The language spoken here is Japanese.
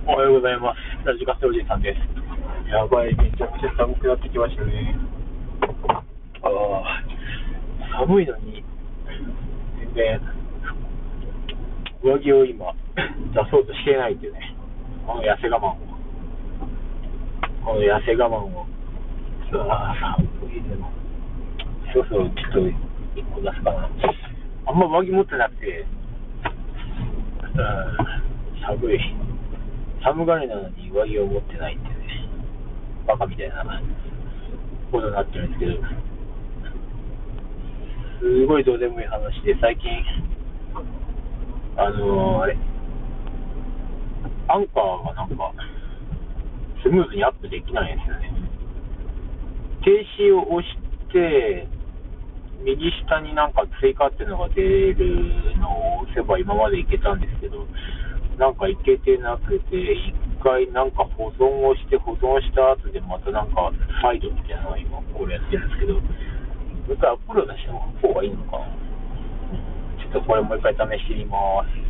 おはようございます。ラジカセおじさんです。やばい、めちゃくちゃ寒くなってきましたね。寒いのに、全然、上着を今、出そうとしてないっていうね。この痩せ我慢を。この痩せ我慢を。寒いでも。そろそろちょっと1個出すかな。あんま上着持ってなくて、寒い。寒がりなのに上着を持ってないっていうね。バカみたいなことになってるんですけど、すごいどうでもいい話で、最近、あれ、アンカーがなんか、スムーズにアップできないんですよね。停止を押して、右下になんか追加っていうのが出るのを押せば今までいけたんですけど、なんかいけてなくて、一回なんか保存をして、保存した後でまたなんか再度みたいなのを今これやってるんですけど、もう一回アップロードした方がいいのかな。ちょっとこれもう一回試してみます。